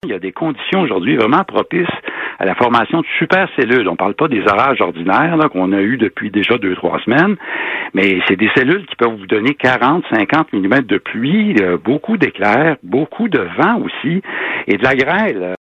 Il y a des conditions aujourd'hui vraiment propices à la formation de supercellules. On ne parle pas des orages ordinaires là, qu'on a eu depuis déjà 2-3 semaines, mais c'est des cellules qui peuvent vous donner 40-50 mm de pluie, beaucoup d'éclairs, beaucoup de vent aussi, et de la grêle.